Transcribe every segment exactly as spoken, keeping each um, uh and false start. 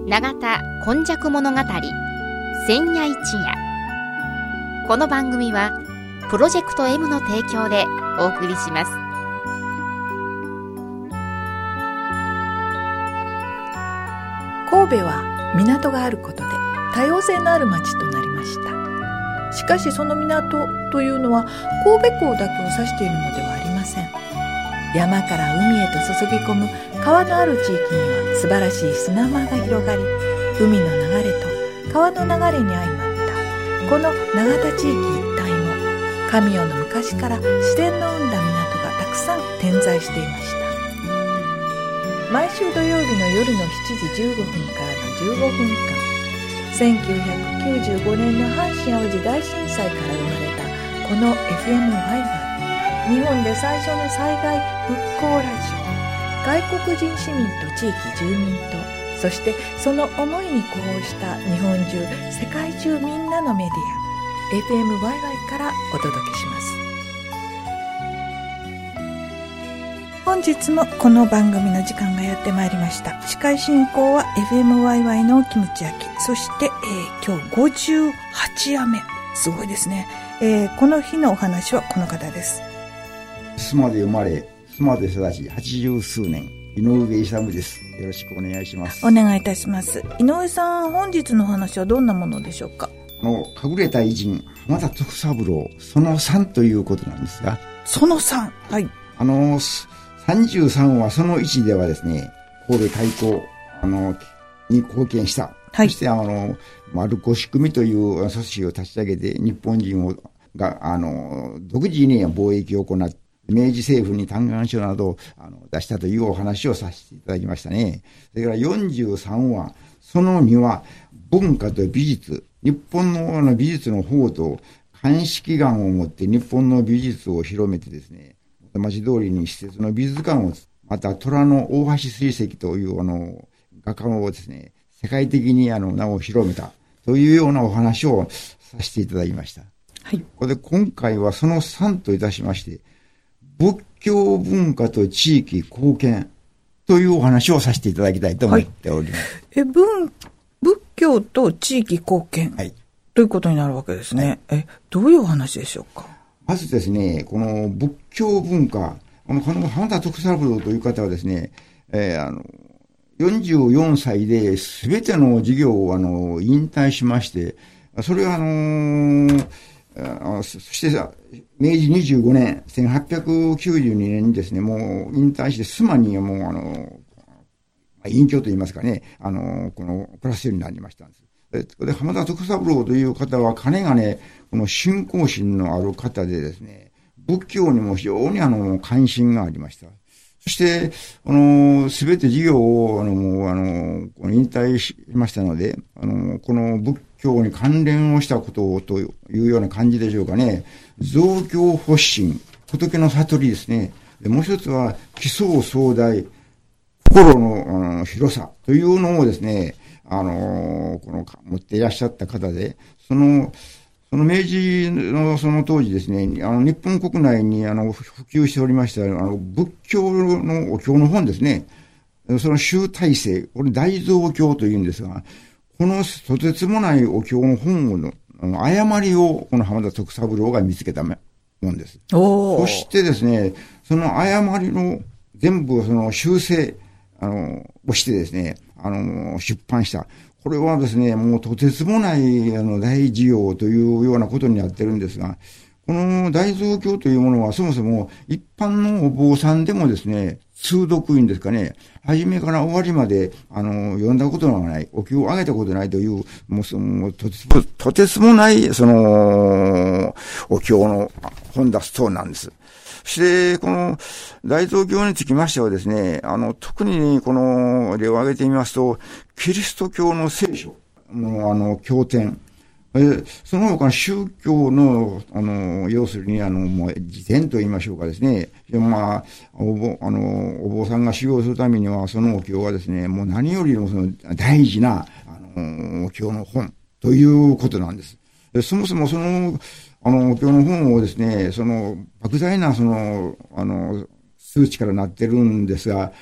永田今昔物語千夜一夜。この番組はプロジェクト M の提供でお送りします。 神戸は港があることで多様性のある町となりました。しかしその港というのは神戸港だけを指しているのではありません。山から海へと注ぎ込む川のある地域には素晴らしい砂間が広がり、海の流れと川の流れに相まったこの永田地域一帯も神代の昔から自然の生んだ港がたくさん点在していました。毎週土曜日の夜のしちじじゅうごふんからのじゅうごふんかん、せんきゅうひゃくきゅうじゅうごねんの阪神・淡路大震災から生まれたこの エフエムワイワイ、日本で最初の災害復興ラジオ、外国人市民と地域住民と、そしてその思いに呼応した日本中世界中みんなのメディア エフエムワイワイ からお届けします。本日もこの番組の時間がやってまいりました。司会進行は エフエムワイワイ のキムチ焼き、そして、えー、今日ごじゅうはち夜目、すごいですね。えー、この日のお話はこの方です。 須磨で生まれ、須磨で育ち、八十数年、井上勇です。よろしくお願いします。 お願いいたします。井上さん、本日のお話はどんなものでしょうか？ あの、隠れた偉人、浜田徳三郎、そのさんということなんですが。 そのさん、はい。 あの、さんじゅうさんはそのいちではですね、神戸開港、あの、に貢献した。はい。そして、あの、丸子仕組みという組織を立ち上げて、日本人を、が、あの、独自に貿易を行って、明治政府に嘆願書などをあの出したというお話をさせていただきましたね。それからよんじゅうさんは、そのには、文化と美術、日本の美術の方と鑑識眼を持って日本の美術を広めてですね、町通りに施設の美術館を、また虎の大橋水石というあの画家をですね、世界的にあの名を広めたというようなお話をさせていただきました。はい。これで今回はそのさんといたしまして、仏教文化と地域貢献というお話をさせていただきたいと思っております。はい、 え、文、仏教と地域貢献、はい、ということになるわけですね。はい、え、どういうお話でしょうか？ まずですね、この仏教文化、この、この浜田徳三郎という方はですね、えー、あの、よんじゅうよんさいで全ての事業をあの、引退しまして、それはあのー、あそしてさ、明治にじゅうごねん、せんはっぴゃくきゅうじゅうにねんにですね、もう引退して須磨にはもうあの、隠居と言いますかね、あの、この、暮らすようになりましたんです。で、浜田徳三郎という方は、かねがね、この信仰心のある方でですね、仏教にも非常にあの、関心がありました。そして、あの、すべて事業を、あの、もう、あの、引退しましたので、あの、この仏教に関連をしたことというような感じでしょうかね。造教発心、仏の悟りですね。でもう一つは、奇想壮大、心の、あの広さというのをですね、あの、この、持っていらっしゃった方で、その、その明治のその当時ですね、あの日本国内にあの普及しておりましたあの仏教のお経の本ですね。その集大成、これ大蔵経というんですが、このとてつもないお経の本をの、あの誤りをこの浜田徳三郎が見つけたもんです。そしてですね、その誤りの全部その修正あのをしてですね、あの出版した。これはですね、もうとてつもないあの大事業というようなことになってるんですが、この大蔵経というものはそもそも一般のお坊さんでもですね、通読員ですかね、初めから終わりまであの読んだことがない、お経をあげたことないという、もうそのとてつも、とてつもないそのお経の本だそうなんです。そして、この大蔵経につきましてはですね、あの、特にこの例を挙げてみますと、キリスト教の聖書のあの、経典、えその他の宗教の、あの、要するにあの、もう、辞典と言いましょうかですね。まあ、お坊、あの、お坊さんが修行するためには、そのお経はですね、もう何よりもその大事な、あの、お経の本ということなんです。そもそもその、あの、お経の本をですね、その、莫大な、その、あの、数値からなってるんですが、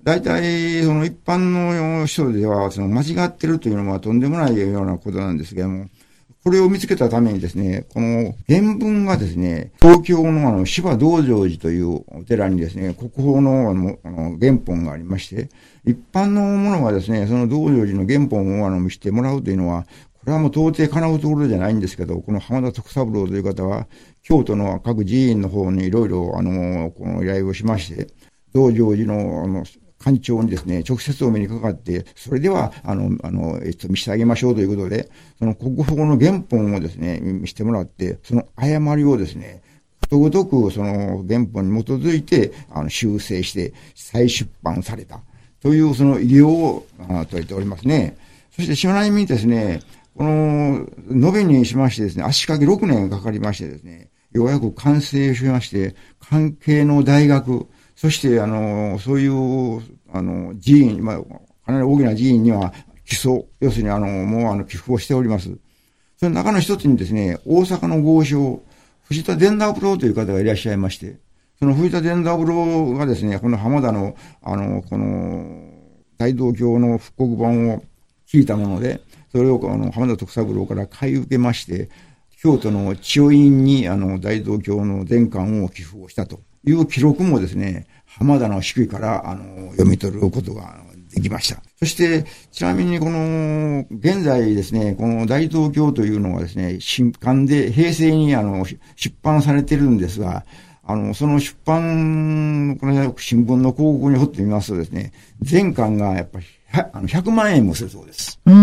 大体、その一般の人では、その間違ってるというのはとんでもないようなことなんですけども、これを見つけたためにですね、この原文がですね、東京のあの芝道成寺というお寺にですね、国宝のあのあの原本がありまして、一般のものはですね、その道成寺の原本をあの見せてもらうというのは、これはもう到底叶うところじゃないんですけど、この浜田徳三郎という方は、京都の各寺院の方にいろいろあの、この依頼をしまして、道成寺のあの、館長にですね、直接お目にかかって、それでは、あの、あの、えっと、見せてあげましょうということで、その国宝の原本をですね、見せてもらって、その誤りをですね、ことごとくその原本に基づいて、あの、修正して再出版されたというその偉業を説いておりますね。そしてちなみにですね、この、延べにしましてですね、足掛けろくねんかかりましてですね、ようやく完成しまして、関係の大学、そして、あの、そういう、あの、寺院、まあ、かなり大きな寺院には寄贈、要するに、あの、もう、あの、寄付をしております。その中の一つにですね、大阪の豪商、藤田伝三郎という方がいらっしゃいまして、その藤田伝三郎がですね、この浜田の、あの、この、大道教の復刻版を聞いたもので、それを、あの、浜田徳三郎から買い受けまして、京都の千代院に、あの、大道教の全巻を寄付をしたという記録もですね、浜田の手記から、あの、読み取ることができました。そして、ちなみにこの、現在ですね、この大道教というのはですね、新刊で平成にあの、出版されているんですが、あの、その出版、この新聞の広告に掘ってみますとですね、全巻がやっぱりあのひゃくまんえんもするそうです。うん、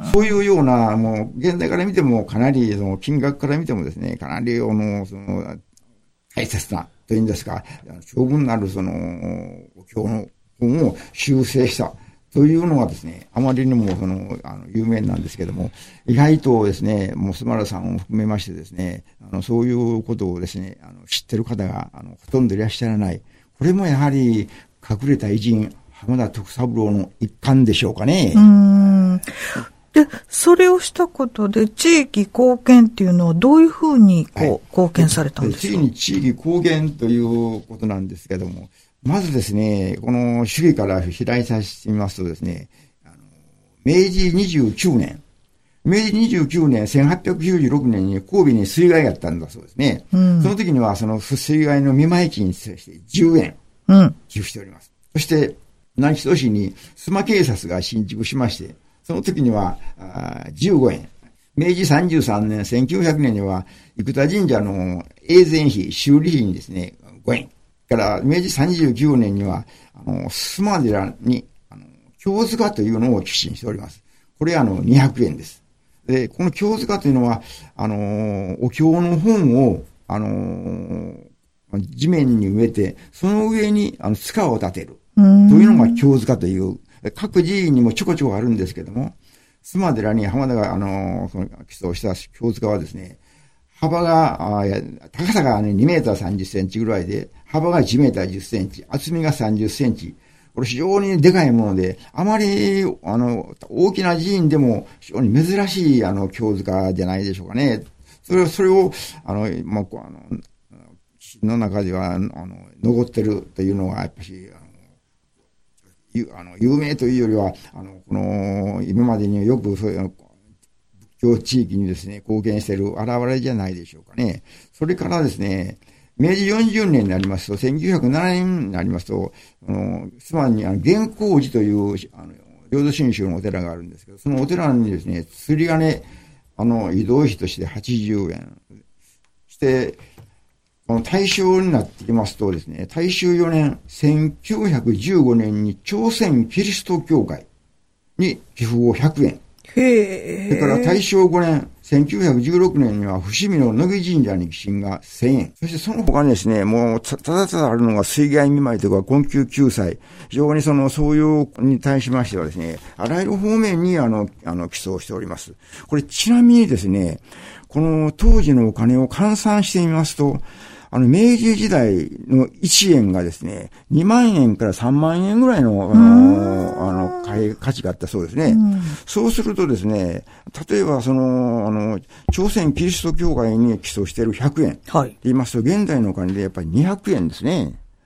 そういうような、もう、現在から見てもかなり、その金額から見てもですね、かなり、あの、その、大切な、というんですか、長文なるその、お経の本を修正したというのがですね、あまりにもその、あの、有名なんですけども、意外とですね、もうスマラさんを含めましてですね、あの、そういうことをですね、あの、知ってる方が、あの、ほとんどいらっしゃらない。これもやはり、隠れた偉人、浜田徳三郎の一環でしょうかね。うーん。 で、それをしたことで、地域貢献っていうのはどういうふうにこう、はい、貢献されたんですか？ 次に地域貢献ということなんですけども、まずですね、この主義から開いさせてみますとですね、あの明治にじゅうきゅうねん、明治にじゅうきゅうねん、せんはっぴゃくきゅうじゅうろくねんに神戸に水害があったんだそうですね。うん、その時にはその水害の見舞い金に対してじゅうえん寄付しております。うん、そして、南木曽市に須磨警察が新築しまして、その時にはじゅうごえん。明治さんじゅうさんねん、せんきゅうひゃくねんには生田神社の永全費、修理費にですね、ごえん。から明治さんじゅうきゅうねんには、あの、須磨寺に、あの、経塚というのを寄進しております。これはあの、にひゃくえんです。で、この経塚というのは、あの、お経の本を、あの、地面に植えて、その上に、あの、塚を立てる。というのが経塚という、各寺院にもちょこちょこあるんですけども、須磨寺に浜田が、あの、その寄贈した経塚はですね、幅が、高さが、ね、にメーターさんじゅっセンチぐらいで、幅がいちメーターじゅっセンチ、厚みがさんじゅっセンチ。これ非常にでかいもので、あまり、あの、大きな寺院でも非常に珍しい、あの、経塚じゃないでしょうかね。それを、それを、あの、まあ、あの、の中では、あの、残ってるというのが、やっぱり、あの、有名というよりは、あの、この、今までによく、そういう、仏教地域にですね、貢献している現れじゃないでしょうかね。それからですね、明治よんじゅうねんになりますと、せんきゅうひゃくななねんになりますと、あの、須磨に、あの、元光寺という、あの、浄土真宗のお寺があるんですけど、そのお寺にですね、釣り鐘、あの、移動費としてはちじゅうえん。して、この大正になってきますとですね、大正よねん、せんきゅうひゃくじゅうごねんに朝鮮キリスト教会に寄付をひゃくえん。へー。それから大正ごねん、せんきゅうひゃくじゅうろくねんには伏見の乃木神社に寄進がせんえん。そしてその他にですね、もうただただあるのが水害見舞いとか困窮救済、非常にその、そういうに対しましてはですね、あらゆる方面にあの、あの、寄贈しております。これちなみにですね、この当時のお金を換算してみますと、あの、明治時代のいちえんがですね、にまんえんからさんまんえんぐらいの、あの、あの、買い価値があったそうですね。そうするとですね、例えばその、あの、朝鮮キリスト教会に寄贈しているひゃくえん。はい。言いますと、現在のお金でやっぱりにひゃくえんですね。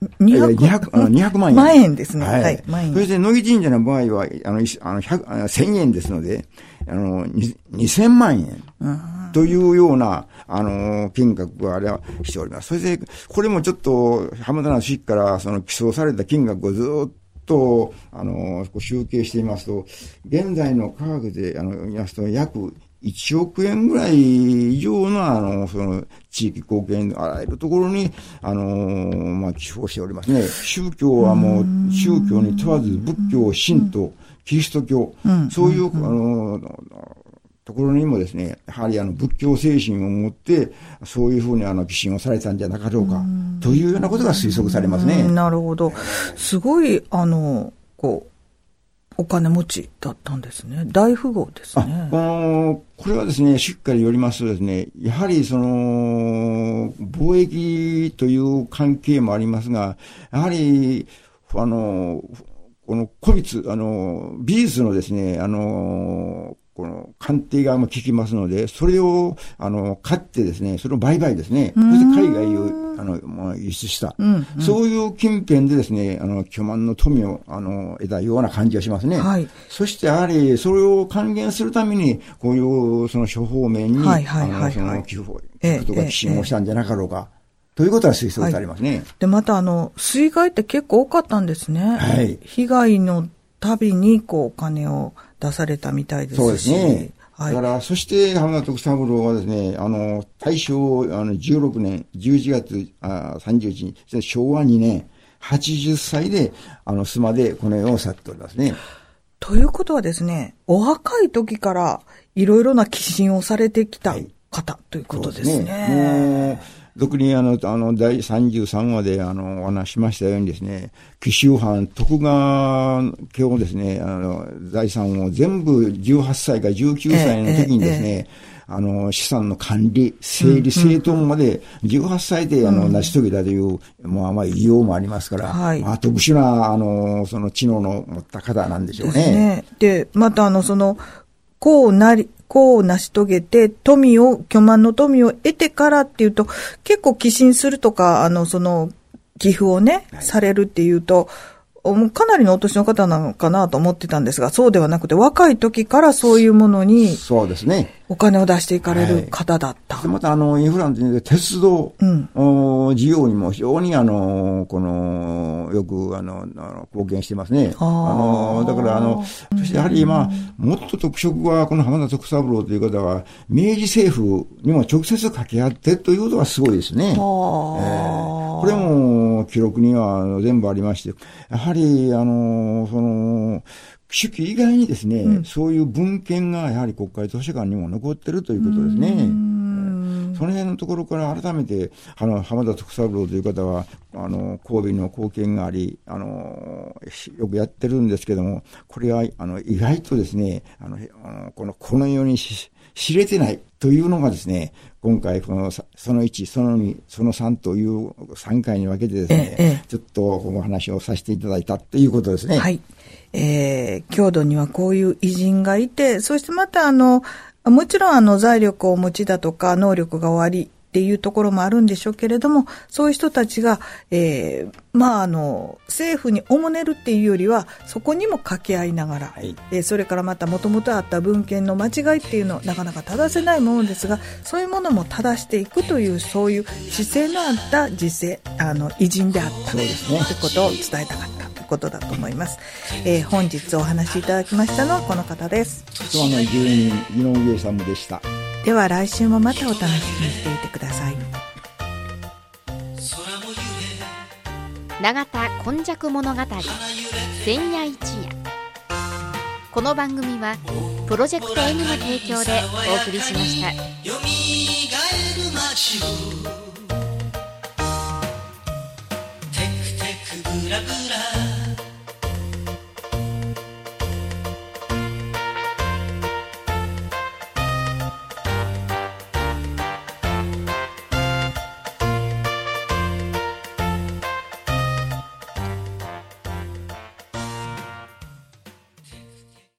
にひゃく、にひゃくまんえん。 万円ですね。はい。はい、 万円。そして、乃木神社の場合は、あの、あの、ひゃく、あのせんえんですので、あの、にせんまんえん。というような、あの、金額があれはしております。それで、これもちょっと、浜田の市から、その、起訴された金額をずっと、あの、集計していますと、現在の価格で、あの、見ますと、約いちおくえんぐらい以上の、あの、その、地域貢献、あらゆるところに、あの、まあ、寄付をしておりますね。宗教はもう、宗教に問わず、仏教、神道、キリスト教、うん、そういう、うん、あの、ところにもですね、やはりあの仏教精神を持って、そういうふうにあの寄進をされたんじゃなかろうか、うというようなことが推測されますね。 なるほど。すごい、あの、こう、お金持ちだったんですね。大富豪ですね。 あの、これはですね、しっかりよりますとですね、やはりその、貿易という関係もありますが、やはり、あの、この古物、あの、美術のですね、あの、この鑑定側も聞きますので、それを、あの、買ってですね、それを売買ですね、そして海外を、あの、まあ、輸出した、うんうん。そういう近辺でですね、あの、巨万の富を、あの、得たような感じがしますね。はい。そして、やはり、それを還元するために、こういう、その諸方面に、はいはいはいはい、あの、その寄付を、寄付とか寄進をしたんじゃなかろうか。ええええということは推測されますね。はい、 で、またあの、水害って結構多かったんですね。 はい。 被害のたびに、こう、お金を出されたみたいですし。 そうですね。はい。だから、そして、浜田徳三郎はですね、あの、大正あのじゅうろくねんじゅういちがつあさんじゅういちにち、しょうわにねん、はちじゅっさいで、あの、須磨でこの世を去っておりますね。 ということはですね、お若い時から、いろいろな寄進をされてきた方、はい、ということですね。そうですね。 もう特にあの、あの、だいさんじゅうさんわであの、お話しましたようにですね、紀州藩徳川家をですね、あの、財産を全部じゅうはっさいかじゅうきゅうさいの時にですね、ええええ、あの、資産の管理、整理、整頓までじゅうはっさいであの、成し遂げたという、まあまあ、異様もありますから、はい、まあ、特殊な、あの、その知能の持った方なんでしょうね。 ですね。で、またあの、その、こうなり、こう成し遂げて、富を、巨万の富を得てからっていうと、結構寄進するとか、あの、その、寄付をね、はい、されるっていうと、かなりのお年の方なのかなと思ってたんですが、そうではなくて、若い時からそういうものに、 そうですね。 お金を出していかれる方だった。 はい、また、あの、インフランで鉄道、うん、事業にも非常に、あの、この、よく、あの、あの貢献してますね。あの、だから、あの、そしてやはり今、もっと特色は、この浜田徳三郎という方は、明治政府にも直接掛け合ってということがすごいですね。えー、これも、記録には全部ありまして、やはり、あの、その、手記以外にですね、うん、そういう文献がやはり国会図書館にも残っているということですね。その辺のところから改めて、あの、浜田徳三郎という方は、あの、神戸の貢献があり、あの、よくやってるんですけども、これは、あの、意外とですね、あの、あのこの、この世にし知れてないというのがですね、今回このそのいち、そのに、そのさんというさんかいに分けてですね、ええ、ちょっとお話をさせていただいたということですね。 はい。えー、郷土にはこういう偉人がいて、そしてまたあの、もちろんあの財力をお持ちだとか能力がおありっていうところもあるんでしょうけれども、そういう人たちが、えー、まああの、政府におもねるっていうよりは、そこにも掛け合いながら、はい、えー、それからまた元々あった文献の間違いっていうのをなかなか正せないものですが、そういうものも正していくという、そういう姿勢のあった時世、あの、偉人であった。そうですね。ということを伝えたかった。ことだと思います。えー、本日お話しいただきましたのはこの方です。 諏訪の住人井上さんでした。 では来週もまたお楽しみにしていてください。 永田今昔物語千夜一夜。この番組はプロジェクト M の提供でお送りしました。よみがえる街をテクテクブラブラ